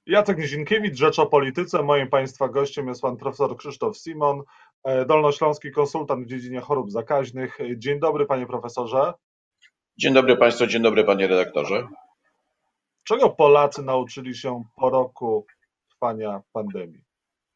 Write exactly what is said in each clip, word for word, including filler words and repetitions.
Jacek Nizinkiewicz, Rzecz o Polityce. Moim Państwa gościem jest Pan Profesor Krzysztof Simon, e, dolnośląski konsultant w dziedzinie chorób zakaźnych. Dzień dobry, Panie Profesorze. Dzień dobry Państwu, dzień dobry Panie Redaktorze. Czego Polacy nauczyli się po roku trwania pandemii?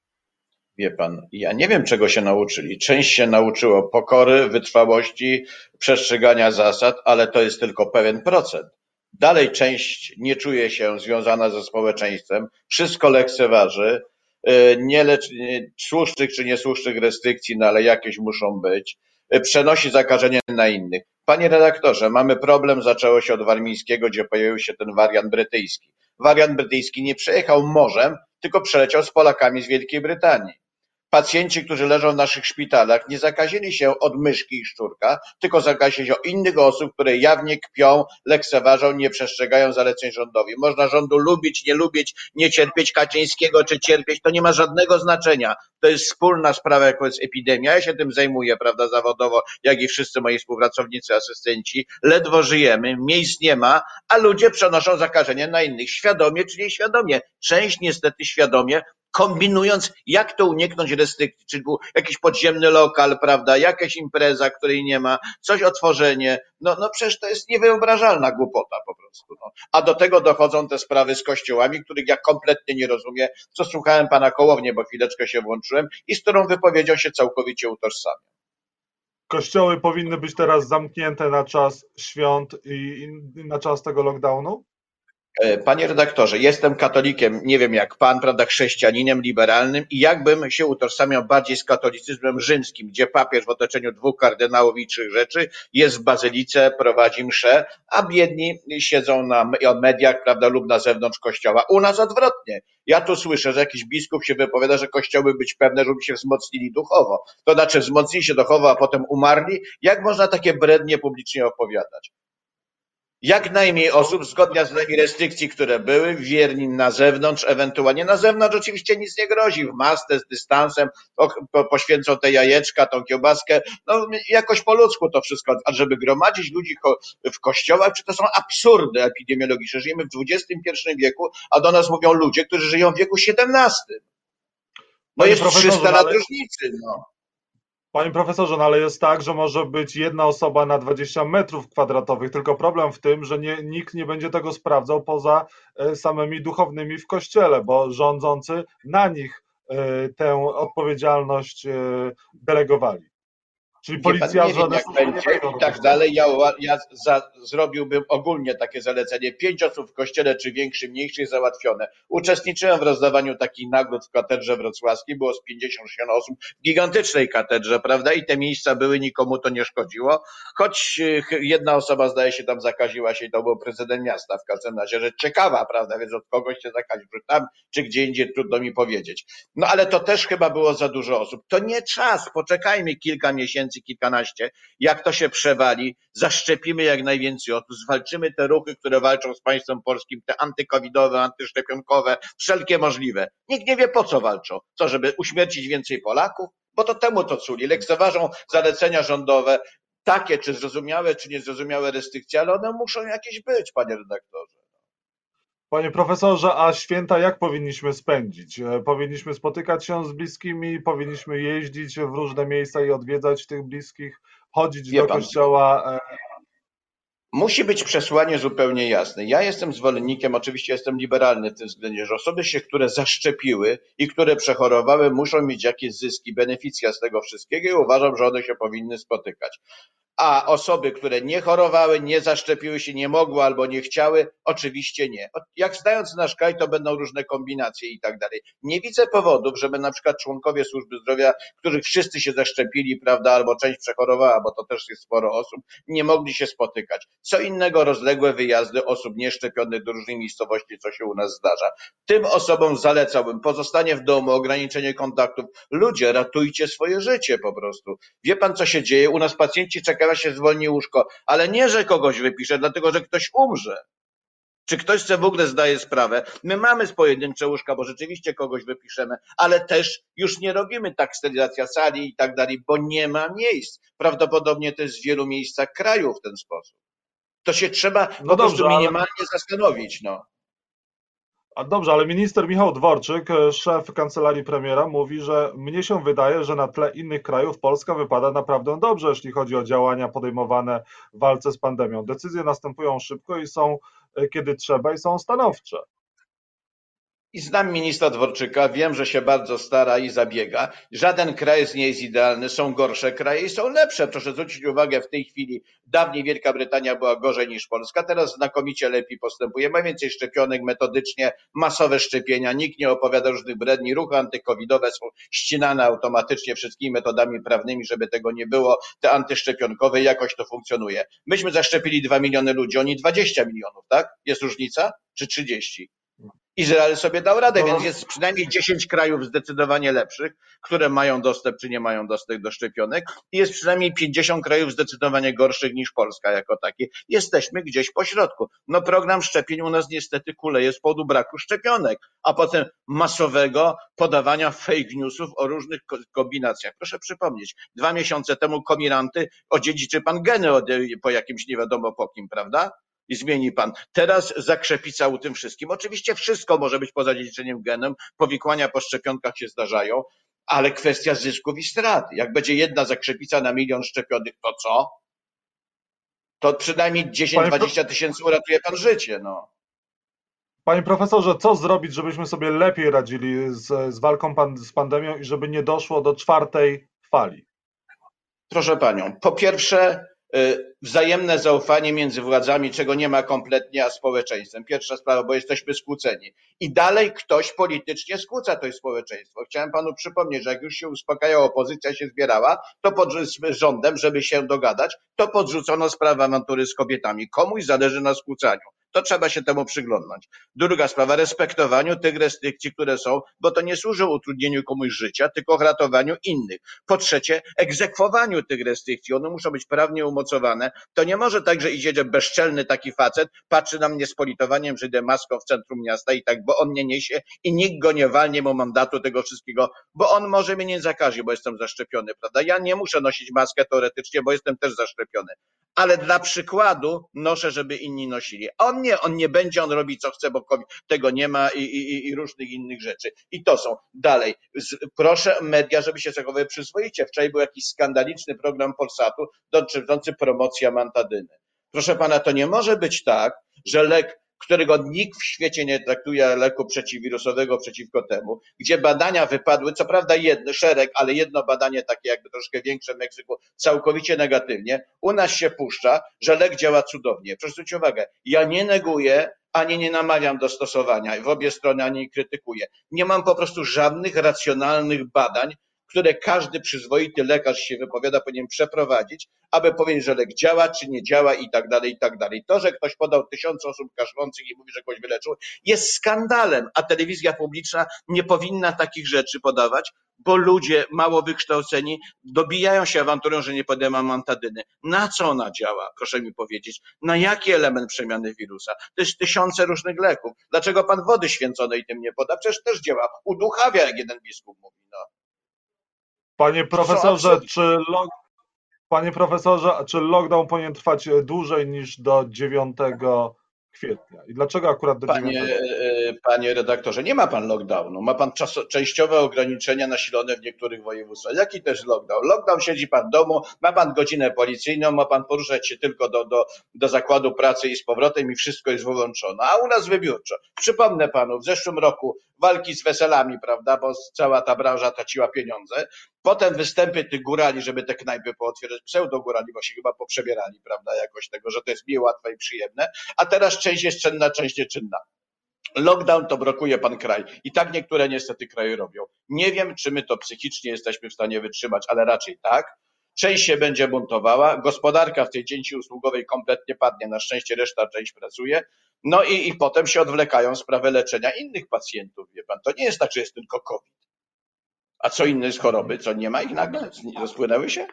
Wie Pan, ja nie wiem, czego się nauczyli. Część się nauczyło pokory, wytrwałości, przestrzegania zasad, ale to jest tylko pewien procent. Dalej część nie czuje się związana ze społeczeństwem, wszystko lekceważy, nie lecz, nie, słusznych czy niesłusznych restrykcji, no ale jakieś muszą być, przenosi zakażenie na innych. Panie redaktorze, mamy problem, zaczęło się od warmińskiego, gdzie pojawił się ten wariant brytyjski. Wariant brytyjski nie przejechał morzem, tylko przeleciał z Polakami z Wielkiej Brytanii. Pacjenci, którzy leżą w naszych szpitalach, nie zakazili się od myszki i szczurka, tylko zakazili się od innych osób, które jawnie kpią, lekceważą, nie przestrzegają zaleceń rządowych. Można rządu lubić, nie lubić, nie cierpieć Kaczyńskiego czy cierpieć, to nie ma żadnego znaczenia. To jest wspólna sprawa, jaką jest epidemia. Ja się tym zajmuję, prawda, zawodowo, jak i wszyscy moi współpracownicy, asystenci. Ledwo żyjemy, miejsc nie ma, a ludzie przenoszą zakażenie na innych. Świadomie czy nieświadomie. Część niestety świadomie, kombinując, jak to uniknąć restrykcji, czy był jakiś podziemny lokal, prawda, jakaś impreza, której nie ma, coś otworzenie, no, no przecież to jest niewyobrażalna głupota po prostu. No. A do tego dochodzą te sprawy z kościołami, których ja kompletnie nie rozumiem, co słuchałem pana Kołownię, bo chwileczkę się włączyłem i z którą wypowiedzią się całkowicie utożsamiam. Kościoły powinny być teraz zamknięte na czas świąt i, i na czas tego lockdownu? Panie redaktorze, jestem katolikiem, nie wiem jak pan, prawda, chrześcijaninem liberalnym i jakbym się utożsamiał bardziej z katolicyzmem rzymskim, gdzie papież w otoczeniu dwóch kardynałów i trzech rzeczy jest w bazylice, prowadzi mszę, a biedni siedzą na mediach, prawda, lub na zewnątrz kościoła. U nas odwrotnie. Ja tu słyszę, że jakiś biskup się wypowiada, że kościoły być pewne, żeby się wzmocnili duchowo. To znaczy wzmocnili się duchowo, a potem umarli. Jak można takie brednie publicznie opowiadać? Jak najmniej osób, zgodnie z tymi restrykcji, które były, wierni na zewnątrz, ewentualnie na zewnątrz oczywiście nic nie grozi, w masce, z dystansem, poświęcą te jajeczka, tą kiełbaskę, no jakoś po ludzku to wszystko, a żeby gromadzić ludzi w kościołach, czy to są absurdy epidemiologiczne, żyjemy w dwudziestym pierwszym wieku, a do nas mówią ludzie, którzy żyją w wieku siedemnastym. No Panie jest trzysta lat ale... różnicy, no. Panie profesorze, no ale jest tak, że może być jedna osoba na dwadzieścia metrów kwadratowych, tylko problem w tym, że nie, nikt nie będzie tego sprawdzał poza samymi duchownymi w kościele, bo rządzący na nich tę odpowiedzialność delegowali. Czyli policja nie wiem, jak będzie i tak dalej. Ja, ja za, zrobiłbym ogólnie takie zalecenie. Pięć osób w kościele, czy większy, mniejszy, załatwione. Uczestniczyłem w rozdawaniu takich nagród w katedrze wrocławskiej. Było z pięćdziesiąt siedem osób w gigantycznej katedrze, prawda? I te miejsca były, nikomu to nie szkodziło. Choć jedna osoba, zdaje się, tam zakaziła się i to był prezydent miasta w każdym razie, że ciekawa, prawda? Więc od kogoś się zakaził, że tam, czy gdzie indziej, trudno mi powiedzieć. No ale to też chyba było za dużo osób. To nie czas, poczekajmy kilka miesięcy, kilkanaście, jak to się przewali, zaszczepimy jak najwięcej osób, zwalczymy te ruchy, które walczą z państwem polskim, te antykowidowe, antyszczepionkowe, wszelkie możliwe. Nikt nie wie, po co walczą. Co, żeby uśmiercić więcej Polaków? Bo to temu to culi. Lekceważą zalecenia rządowe, takie czy zrozumiałe, czy niezrozumiałe restrykcje, ale one muszą jakieś być, panie redaktorze. Panie profesorze, a święta jak powinniśmy spędzić? Powinniśmy spotykać się z bliskimi, powinniśmy jeździć w różne miejsca i odwiedzać tych bliskich, chodzić Wie do pan, kościoła. Musi być przesłanie zupełnie jasne. Ja jestem zwolennikiem, oczywiście jestem liberalny w tym względzie, że osoby się, które zaszczepiły i które przechorowały, muszą mieć jakieś zyski, beneficja z tego wszystkiego i uważam, że one się powinny spotykać. A osoby, które nie chorowały, nie zaszczepiły się, nie mogły albo nie chciały, oczywiście nie. Jak znając nasz kraj, to będą różne kombinacje i tak dalej. Nie widzę powodów, żeby na przykład członkowie służby zdrowia, których wszyscy się zaszczepili, prawda, albo część przechorowała, bo to też jest sporo osób, nie mogli się spotykać. Co innego rozległe wyjazdy osób nieszczepionych do różnych miejscowości, co się u nas zdarza. Tym osobom zalecałbym pozostanie w domu, ograniczenie kontaktów. Ludzie, ratujcie swoje życie po prostu. Wie pan, co się dzieje? U nas pacjenci czekają, się zwolni łóżko, ale nie, że kogoś wypisze, dlatego że ktoś umrze. Czy ktoś sobie w ogóle zdaje sprawę? My mamy pojedyncze łóżka, bo rzeczywiście kogoś wypiszemy, ale też już nie robimy tak sterylizacja sali i tak dalej, bo nie ma miejsc. Prawdopodobnie to jest w wielu miejscach kraju w ten sposób. To się trzeba No po dobrze, prostu ale minimalnie zastanowić. No. A dobrze, ale minister Michał Dworczyk, e, szef kancelarii premiera, mówi, że mnie się wydaje, że na tle innych krajów Polska wypada naprawdę dobrze, jeśli chodzi o działania podejmowane w walce z pandemią. Decyzje następują szybko i są, e, kiedy trzeba, i są stanowcze. I znam ministra Dworczyka, wiem, że się bardzo stara i zabiega. Żaden kraj nie jest idealny, są gorsze kraje i są lepsze. Proszę zwrócić uwagę, w tej chwili dawniej Wielka Brytania była gorzej niż Polska, teraz znakomicie lepiej postępuje, ma więcej szczepionek metodycznie, masowe szczepienia, nikt nie opowiada różnych bredni, ruchy antykowidowe są ścinane automatycznie wszystkimi metodami prawnymi, żeby tego nie było, te antyszczepionkowe, jakoś to funkcjonuje. Myśmy zaszczepili dwa miliony ludzi, oni dwadzieścia milionów, tak? Jest różnica? Czy trzydzieści? Izrael sobie dał radę, więc jest przynajmniej dziesięć krajów zdecydowanie lepszych, które mają dostęp czy nie mają dostęp do szczepionek i jest przynajmniej pięćdziesiąt krajów zdecydowanie gorszych niż Polska jako takie. Jesteśmy gdzieś po środku. No program szczepień u nas niestety kuleje z powodu braku szczepionek, a potem masowego podawania fake newsów o różnych kombinacjach. Proszę przypomnieć, dwa miesiące temu komiranty odziedziczy pan geny po jakimś nie wiadomo po kim, prawda? I zmieni pan. Teraz zakrzepica u tym wszystkim. Oczywiście wszystko może być poza dziedziczeniem genem, powikłania po szczepionkach się zdarzają, ale kwestia zysków i strat. Jak będzie jedna zakrzepica na milion szczepionych, to co? To przynajmniej dziesięć dwadzieścia tysięcy uratuje pan życie. No. Panie profesorze, co zrobić, żebyśmy sobie lepiej radzili z, z walką pan, z pandemią i żeby nie doszło do czwartej fali? Proszę panią, po pierwsze wzajemne zaufanie między władzami, czego nie ma kompletnie, a społeczeństwem. Pierwsza sprawa, bo jesteśmy skłóceni. I dalej ktoś politycznie skłóca to społeczeństwo. Chciałem panu przypomnieć, że jak już się uspokajała, opozycja się zbierała, to pod rządem, żeby się dogadać, to podrzucono sprawę awantury z kobietami. Komuś zależy na skłócaniu. To trzeba się temu przyglądać. Druga sprawa, respektowaniu tych restrykcji, które są, bo to nie służy utrudnieniu komuś życia, tylko ratowaniu innych. Po trzecie, egzekwowaniu tych restrykcji. One muszą być prawnie umocowane. To nie może tak, że idzie bezczelny taki facet, patrzy na mnie z politowaniem, że idę maską w centrum miasta i tak, bo on mnie niesie i nikt go nie walnie mu mandatu tego wszystkiego, bo on może mnie nie zakaże, bo jestem zaszczepiony, prawda? Ja nie muszę nosić maskę teoretycznie, bo jestem też zaszczepiony. Ale dla przykładu noszę, żeby inni nosili. On nie, on nie będzie, on robi co chce, bo tego nie ma i, i, i różnych innych rzeczy. I to są. Dalej, proszę media, żeby się zachowywały przyzwoicie. Wczoraj był jakiś skandaliczny program Polsatu dotyczący promocji amantadyny. Proszę pana, to nie może być tak, że lek, którego nikt w świecie nie traktuje leku przeciwwirusowego przeciwko temu, gdzie badania wypadły, co prawda jedno, szereg, ale jedno badanie takie jakby troszkę większe w Meksyku, całkowicie negatywnie, u nas się puszcza, że lek działa cudownie. Proszę zwrócić uwagę, ja nie neguję, ani nie namawiam do stosowania, w obie strony ani krytykuję. Nie mam po prostu żadnych racjonalnych badań, które każdy przyzwoity lekarz się wypowiada, powinien przeprowadzić, aby powiedzieć, że lek działa, czy nie działa i tak dalej, i tak dalej. To, że ktoś podał tysiące osób kaszlących i mówi, że kogoś wyleczył, jest skandalem, a telewizja publiczna nie powinna takich rzeczy podawać, bo ludzie mało wykształceni dobijają się awanturą, że nie podają amantadyny. Na co ona działa, proszę mi powiedzieć? Na jaki element przemiany wirusa? To jest tysiące różnych leków. Dlaczego pan wody święconej tym nie poda? Przecież też działa. Uduchawia, jak jeden biskup mówi. No. Panie profesorze, czy log... Panie profesorze, czy lockdown powinien trwać dłużej niż do dziewiątego kwietnia? I dlaczego akurat do panie, dziewiątego? Panie redaktorze, nie ma pan lockdownu. Ma pan czas, częściowe ograniczenia nasilone w niektórych województwach. Jaki też lockdown? Lockdown, siedzi pan w domu, ma pan godzinę policyjną, ma pan poruszać się tylko do, do, do zakładu pracy i z powrotem i wszystko jest wyłączone. A u nas wybiórczo. Przypomnę panu, w zeszłym roku walki z weselami, prawda, bo cała ta branża traciła pieniądze. Potem występy tych górali, żeby te knajpy pootwierać, pseudogórali, bo się chyba poprzebierali, prawda, jakoś tego, że to jest miłe, łatwe i przyjemne. A teraz część jest czynna, część nieczynna. Lockdown to blokuje pan kraj. I tak niektóre niestety kraje robią. Nie wiem, czy my to psychicznie jesteśmy w stanie wytrzymać, ale raczej tak. Część się będzie buntowała, gospodarka w tej części usługowej kompletnie padnie, na szczęście reszta część pracuje, no i, i potem się odwlekają sprawy leczenia innych pacjentów, wie pan. To nie jest tak, że jest tylko COVID. A co inne z choroby? Co, nie ma ich nagle? Rozpłynęły się?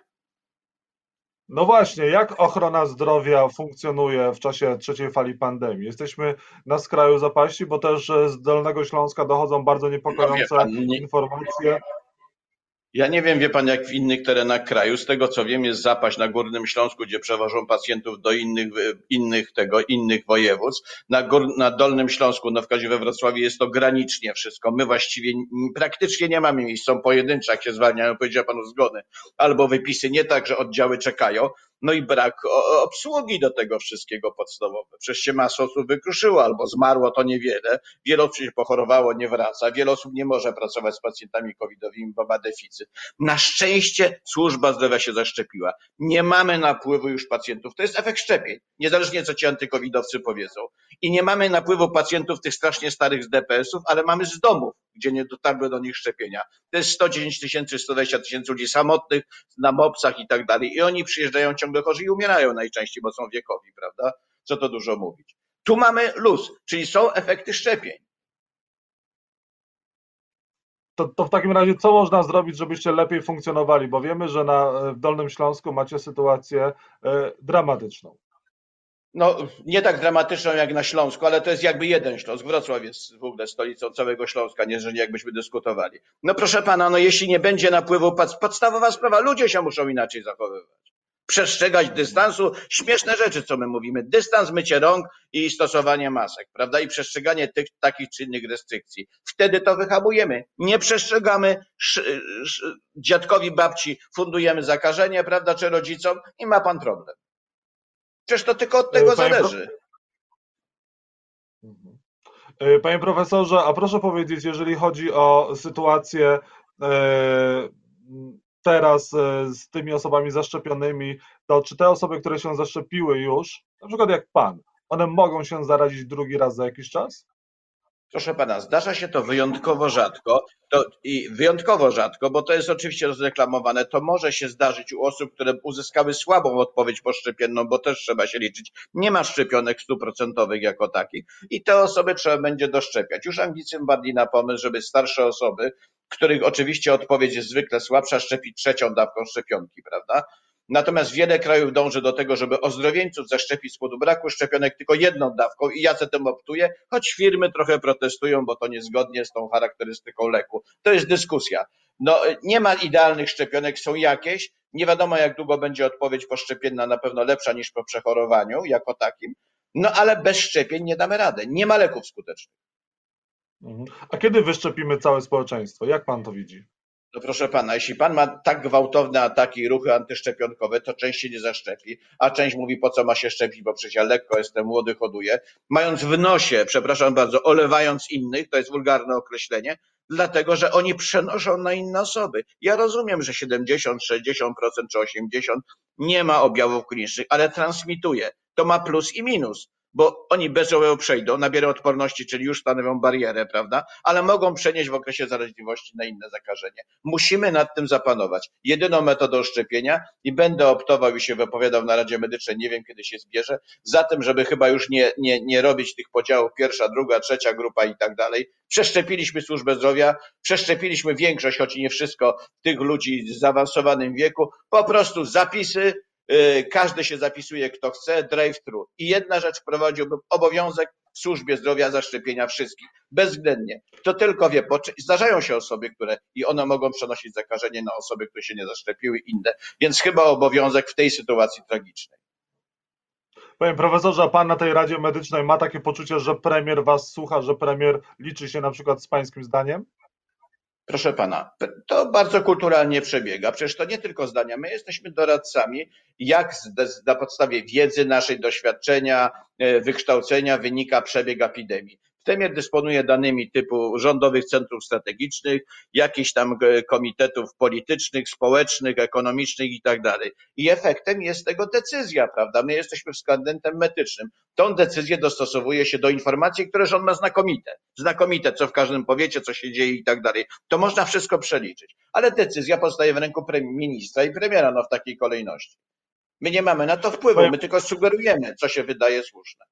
No właśnie, jak ochrona zdrowia funkcjonuje w czasie trzeciej fali pandemii? Jesteśmy na skraju zapaści, bo też z Dolnego Śląska dochodzą bardzo niepokojące No wie pan, nie... informacje. Ja nie wiem, wie pan, jak w innych terenach kraju. Z tego co wiem, jest zapaść na Górnym Śląsku, gdzie przewożą pacjentów do innych, innych tego, innych województw. Na, gór, na Dolnym Śląsku, na przykład we Wrocławiu jest to granicznie wszystko. My właściwie praktycznie nie mamy miejsc. Są pojedyncze, jak się zwalniają, powiedział panu zgody. Albo wypisy nie tak, że oddziały czekają. No i brak obsługi do tego wszystkiego podstawowe. Przecież się masa osób wykruszyło albo zmarło, to niewiele. Wiele osób się pochorowało, nie wraca. Wiele osób nie może pracować z pacjentami covidowymi, bo ma deficyt. Na szczęście służba zdrowia się zaszczepiła. Nie mamy napływu już pacjentów. To jest efekt szczepień, niezależnie co ci antykowidowcy powiedzą. I nie mamy napływu pacjentów tych strasznie starych z D P S ów, ale mamy z domów, gdzie nie dotarły do nich szczepienia. To jest sto dziesięć tysięcy, sto dwadzieścia tysięcy ludzi samotnych, na mopsach i tak dalej. I oni przyjeżdżają ciągle chorzy i umierają najczęściej, bo są wiekowi, prawda? Co to dużo mówić. Tu mamy luz, czyli są efekty szczepień. To, to w takim razie co można zrobić, żebyście lepiej funkcjonowali? Bo wiemy, że na, w Dolnym Śląsku macie sytuację e, dramatyczną. No, nie tak dramatyczną jak na Śląsku, ale to jest jakby jeden Śląsk. Wrocław jest w ogóle stolicą całego Śląska, nie, że nie jakbyśmy dyskutowali. No proszę pana, no jeśli nie będzie napływu, podstawowa sprawa, ludzie się muszą inaczej zachowywać. Przestrzegać dystansu, śmieszne rzeczy, co my mówimy, dystans, mycie rąk i stosowanie masek, prawda, i przestrzeganie tych, takich czy innych restrykcji. Wtedy to wyhamujemy. Nie przestrzegamy, sz, sz, dziadkowi, babci fundujemy zakażenie, prawda, czy rodzicom i ma pan problem. Przecież to tylko od tego Panie zależy. Pro... Panie profesorze, a proszę powiedzieć, jeżeli chodzi o sytuację e, teraz z tymi osobami zaszczepionymi, to czy te osoby, które się zaszczepiły już, na przykład jak pan, one mogą się zarazić drugi raz za jakiś czas? Proszę pana, zdarza się to wyjątkowo rzadko to, i wyjątkowo rzadko, bo to jest oczywiście rozreklamowane. To może się zdarzyć u osób, które uzyskały słabą odpowiedź poszczepienną, bo też trzeba się liczyć. Nie ma szczepionek stuprocentowych jako takich i te osoby trzeba będzie doszczepiać. Już Anglicy bardziej na pomysł, żeby starsze osoby, których oczywiście odpowiedź jest zwykle słabsza, szczepić trzecią dawką szczepionki, prawda? Natomiast wiele krajów dąży do tego, żeby ozdrowieńców zaszczepić z powodu braku szczepionek tylko jedną dawką i ja za tym optuję, choć firmy trochę protestują, bo to niezgodnie z tą charakterystyką leku. To jest dyskusja. No, nie ma idealnych szczepionek, są jakieś. Nie wiadomo, jak długo będzie odpowiedź poszczepienna, na pewno lepsza niż po przechorowaniu jako takim. No ale bez szczepień nie damy rady. Nie ma leków skutecznych. A kiedy wyszczepimy całe społeczeństwo? Jak pan to widzi? No proszę pana, jeśli pan ma tak gwałtowne ataki i ruchy antyszczepionkowe, to część się nie zaszczepi, a część mówi, po co ma się szczepić, bo przecież ja lekko jestem młody, hoduję, mając w nosie, przepraszam bardzo, olewając innych, to jest wulgarne określenie, dlatego że oni przenoszą na inne osoby. Ja rozumiem, że siedemdziesiąt, sześćdziesiąt procent czy osiemdziesiąt procent nie ma objawów klinicznych, ale transmituje. To ma plus i minus, bo oni bezobjawowo przejdą, nabiorą odporności, czyli już stanowią barierę, prawda? Ale mogą przenieść w okresie zaraźliwości na inne zakażenie. Musimy nad tym zapanować. Jedyną metodą szczepienia i będę optował i się wypowiadał na Radzie Medycznej, nie wiem kiedy się zbierze, za tym, żeby chyba już nie, nie, nie robić tych podziałów pierwsza, druga, trzecia grupa i tak dalej. Przeszczepiliśmy służbę zdrowia, przeszczepiliśmy większość, choć nie wszystko, tych ludzi w zaawansowanym wieku. Po prostu zapisy, każdy się zapisuje kto chce, drive-thru. I jedna rzecz, wprowadziłbym obowiązek w służbie zdrowia zaszczepienia wszystkich, bezwzględnie. To tylko wie, bo zdarzają się osoby, które i one mogą przenosić zakażenie na osoby, które się nie zaszczepiły, inne. Więc chyba obowiązek w tej sytuacji tragicznej. Panie profesorze, a pan na tej Radzie Medycznej ma takie poczucie, że premier was słucha, że premier liczy się na przykład z pańskim zdaniem? Proszę pana, to bardzo kulturalnie przebiega. Przecież to nie tylko zdania. My jesteśmy doradcami, jak na podstawie wiedzy, naszej doświadczenia, wykształcenia wynika przebieg epidemii. Premier dysponuje danymi typu rządowych centrów strategicznych, jakichś tam komitetów politycznych, społecznych, ekonomicznych i tak dalej. I efektem jest tego decyzja, prawda? My jesteśmy wskaźnikiem medycznym. Tą decyzję dostosowuje się do informacji, które rząd ma znakomite. Znakomite, co w każdym powiecie, co się dzieje i tak dalej. To można wszystko przeliczyć. Ale decyzja pozostaje w ręku ministra i premiera, no w takiej kolejności. My nie mamy na to wpływu, my tylko sugerujemy, co się wydaje słuszne.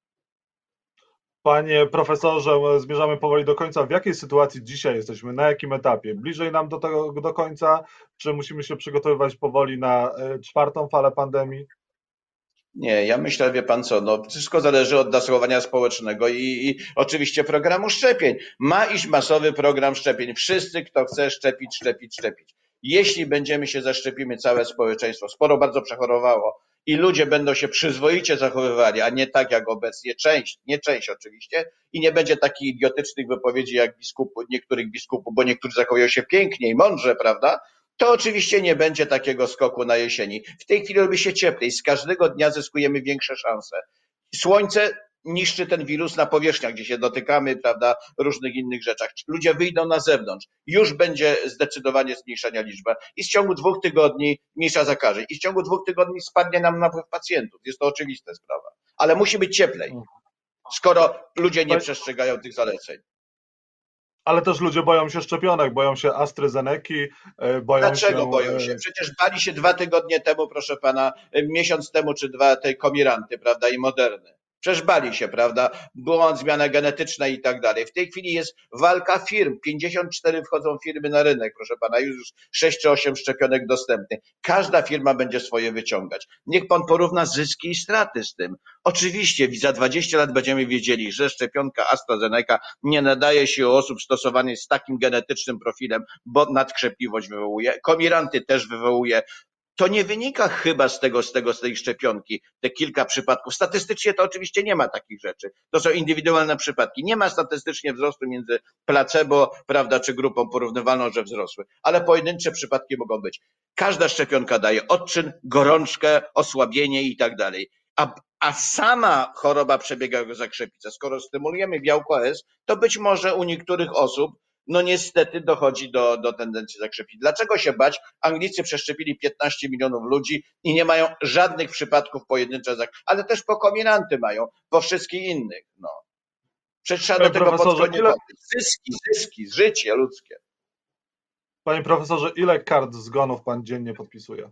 Panie profesorze, zmierzamy powoli do końca. W jakiej sytuacji dzisiaj jesteśmy? Na jakim etapie? Bliżej nam do tego do końca? Czy musimy się przygotowywać powoli na czwartą falę pandemii? Nie, ja myślę, wie pan co, no wszystko zależy od zachowania społecznego i, i oczywiście programu szczepień. Ma iść masowy program szczepień. Wszyscy, kto chce szczepić, szczepić, szczepić. Jeśli będziemy się zaszczepimy, całe społeczeństwo, sporo bardzo przechorowało i ludzie będą się przyzwoicie zachowywali, a nie tak jak obecnie, część, nie część oczywiście, i nie będzie takich idiotycznych wypowiedzi jak biskupu, niektórych biskupów, bo niektórzy zachowują się pięknie i mądrze, prawda? To oczywiście nie będzie takiego skoku na jesieni. W tej chwili robi się cieplej, z każdego dnia zyskujemy większe szanse. Słońce niszczy ten wirus na powierzchniach, gdzie się dotykamy, prawda, różnych innych rzeczach. Ludzie wyjdą na zewnątrz, już będzie zdecydowanie zmniejszania liczba i z ciągu dwóch tygodni mniejsza zakażeń i w ciągu dwóch tygodni spadnie nam napływ pacjentów. Jest to oczywista sprawa, ale musi być cieplej, skoro ludzie nie przestrzegają tych zaleceń. Ale też ludzie boją się szczepionek, boją się AstraZeneki, boją Dlaczego się... boją się? Przecież bali się dwa tygodnie temu, proszę pana, miesiąc temu czy dwa, tej Comiranty, prawda, i Moderny. Przecież bali się, prawda? Była zmiana genetyczna i tak dalej. W tej chwili jest walka firm. pięćdziesiąt cztery wchodzą firmy na rynek, proszę pana, już sześć czy osiem szczepionek dostępnych. Każda firma będzie swoje wyciągać. Niech pan porówna zyski i straty z tym. Oczywiście za dwadzieścia lat będziemy wiedzieli, że szczepionka AstraZeneca nie nadaje się u osób stosowanych z takim genetycznym profilem, bo nadkrzepliwość wywołuje. Comiranty też wywołuje. To nie wynika chyba z tego, z tego, z tej szczepionki, te kilka przypadków. Statystycznie to oczywiście nie ma takich rzeczy. To są indywidualne przypadki. Nie ma statystycznie wzrostu między placebo, prawda, czy grupą porównywalną, że wzrosły. Ale pojedyncze przypadki mogą być. Każda szczepionka daje odczyn, gorączkę, osłabienie i tak dalej. A, a sama choroba przebiega jak zakrzepica. Skoro stymulujemy białko S, to być może u niektórych osób no niestety dochodzi do, do tendencji zakrzepicy. Dlaczego się bać? Anglicy przeszczepili piętnaście milionów ludzi i nie mają żadnych przypadków pojedynczych, ale też po Comiranty mają, po wszystkich innych. No. Przecież trzeba do tego podchodzić. Ile... Zyski, zyski, życie ludzkie. Panie profesorze, ile kart zgonów pan dziennie podpisuje?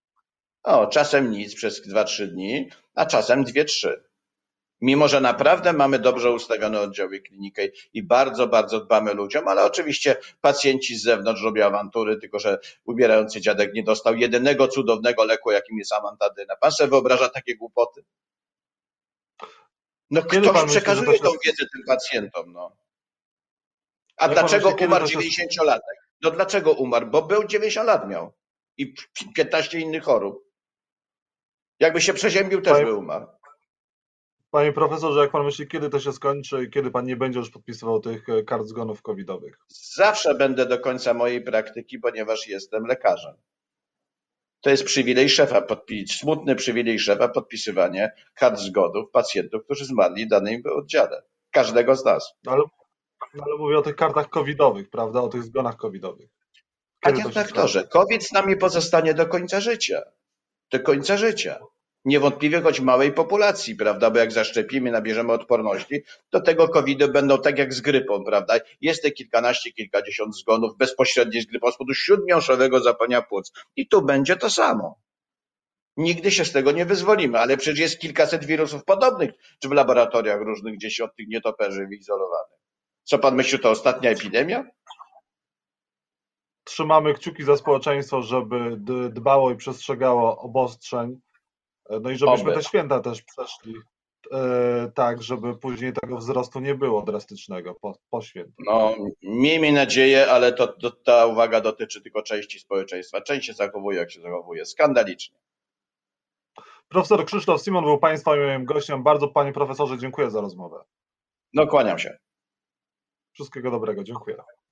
O, czasem nic przez dwa trzy dni, a czasem dwie trzy. Mimo że naprawdę mamy dobrze ustawione oddziały klinikę i bardzo, bardzo dbamy ludziom, ale oczywiście pacjenci z zewnątrz robią awantury, tylko że umierający dziadek nie dostał jedynego cudownego leku, jakim jest amantadyna. Pan sobie wyobraża takie głupoty? No kiedy ktoś przekazuje myśli, tą jest... wiedzę tym pacjentom, no. A Jak dlaczego myśli, umarł dziewięćdziesięciolatek? No dlaczego umarł? Bo był dziewięćdziesiąt lat miał i piętnaście innych chorób. Jakby się przeziębił, też Panie... by umarł. Panie profesorze, jak pan myśli, kiedy to się skończy i kiedy pan nie będzie już podpisywał tych kart zgonów covidowych? Zawsze będę do końca mojej praktyki, ponieważ jestem lekarzem. To jest przywilej szefa, podpis, smutny przywilej szefa podpisywanie kart zgonów pacjentów, którzy zmarli w danym oddziale. Każdego z nas. Ale, ale mówię o tych kartach covidowych, prawda? O tych zgonach covidowych. Panie doktorze, COVID z nami pozostanie do końca życia. Do końca życia. Niewątpliwie choć małej populacji, prawda, bo jak zaszczepimy, nabierzemy odporności, to tego covidy będą tak jak z grypą, prawda, jest te kilkanaście, kilkadziesiąt zgonów bezpośrednio z grypą z powodu śródmiąższowego zapalenia płuc i tu będzie to samo. Nigdy się z tego nie wyzwolimy, ale przecież jest kilkaset wirusów podobnych, czy w laboratoriach różnych gdzieś od tych nietoperzy wyizolowanych. Co pan myśli, to ostatnia epidemia? Trzymamy kciuki za społeczeństwo, żeby dbało i przestrzegało obostrzeń. No i żebyśmy Oby. te święta też przeszli e, tak, żeby później tego wzrostu nie było drastycznego po, po świętach. No, miejmy nadzieję, ale to, to, ta uwaga dotyczy tylko części społeczeństwa. Część się zachowuje, jak się zachowuje. Skandalicznie. Profesor Krzysztof Simon był Państwa moim gościem. Bardzo Panie Profesorze dziękuję za rozmowę. No, kłaniam się. Wszystkiego dobrego, dziękuję.